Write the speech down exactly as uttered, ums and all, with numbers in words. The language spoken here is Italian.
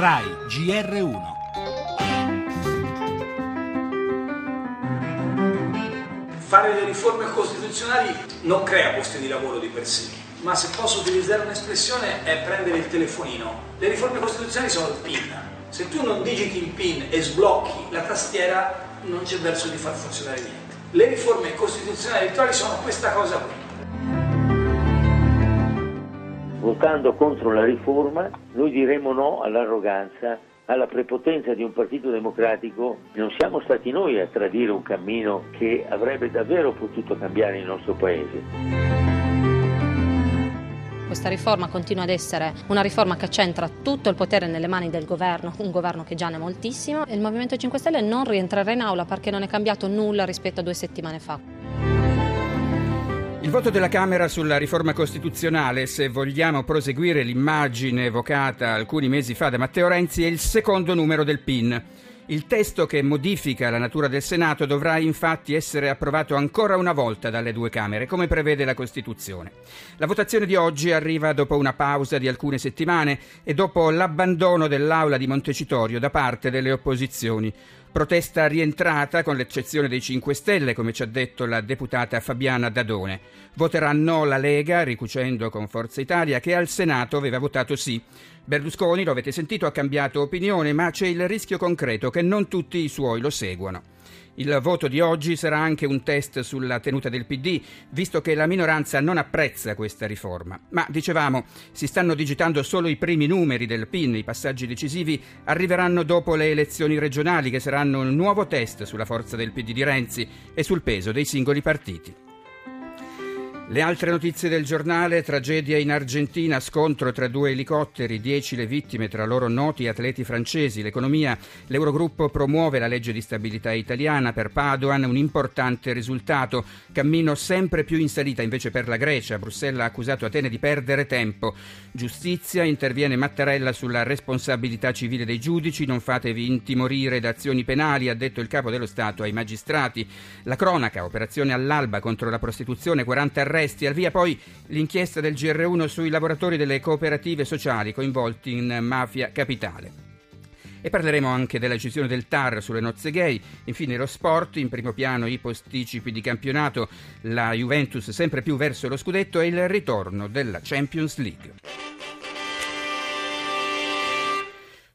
RAI G R uno. Fare le riforme costituzionali non crea posti di lavoro di per sé, ma se posso utilizzare un'espressione è prendere il telefonino. Le riforme costituzionali sono il PIN. Se tu non digiti il PIN e sblocchi la tastiera, non c'è verso di far funzionare niente. Le riforme costituzionali elettorali sono questa cosa qui. Votando contro la riforma, noi diremo no all'arroganza, alla prepotenza di un partito democratico. Non siamo stati noi a tradire un cammino che avrebbe davvero potuto cambiare il nostro Paese. Questa riforma continua ad essere una riforma che accentra tutto il potere nelle mani del governo, un governo che già ne ha moltissimo, e il Movimento cinque Stelle non rientrerà in aula perché non è cambiato nulla rispetto a due settimane fa. Il voto della Camera sulla riforma costituzionale, se vogliamo proseguire l'immagine evocata alcuni mesi fa da Matteo Renzi, è il secondo numero del PIN. Il testo che modifica la natura del Senato dovrà infatti essere approvato ancora una volta dalle due Camere, come prevede la Costituzione. La votazione di oggi arriva dopo una pausa di alcune settimane e dopo l'abbandono dell'Aula di Montecitorio da parte delle opposizioni. Protesta rientrata, con l'eccezione dei cinque Stelle, come ci ha detto la deputata Fabiana Dadone. Voterà no la Lega, ricucendo con Forza Italia, che al Senato aveva votato sì. Berlusconi, lo avete sentito, ha cambiato opinione, ma c'è il rischio concreto che non tutti i suoi lo seguano. Il voto di oggi sarà anche un test sulla tenuta del P D, visto che la minoranza non apprezza questa riforma. Ma, dicevamo, si stanno digitando solo i primi numeri del PIN, i passaggi decisivi arriveranno dopo le elezioni regionali, che saranno un nuovo test sulla forza del P D di Renzi e sul peso dei singoli partiti. Le altre notizie del giornale: tragedia in Argentina, scontro tra due elicotteri, dieci le vittime, tra loro noti atleti francesi. L'economia: l'Eurogruppo promuove la legge di stabilità italiana, per Padoan un importante risultato, cammino sempre più in salita invece per la Grecia. Bruxelles ha accusato Atene di perdere tempo. Giustizia: interviene Mattarella sulla responsabilità civile dei giudici, non fatevi intimorire da azioni penali, ha detto il capo dello Stato ai magistrati. La cronaca: operazione all'alba contro la prostituzione, quaranta arresti. Al via poi l'inchiesta del G R uno sui lavoratori delle cooperative sociali coinvolti in mafia capitale. E parleremo anche della decisione del T A R sulle nozze gay. Infine lo sport: in primo piano i posticipi di campionato, la Juventus sempre più verso lo scudetto e il ritorno della Champions League.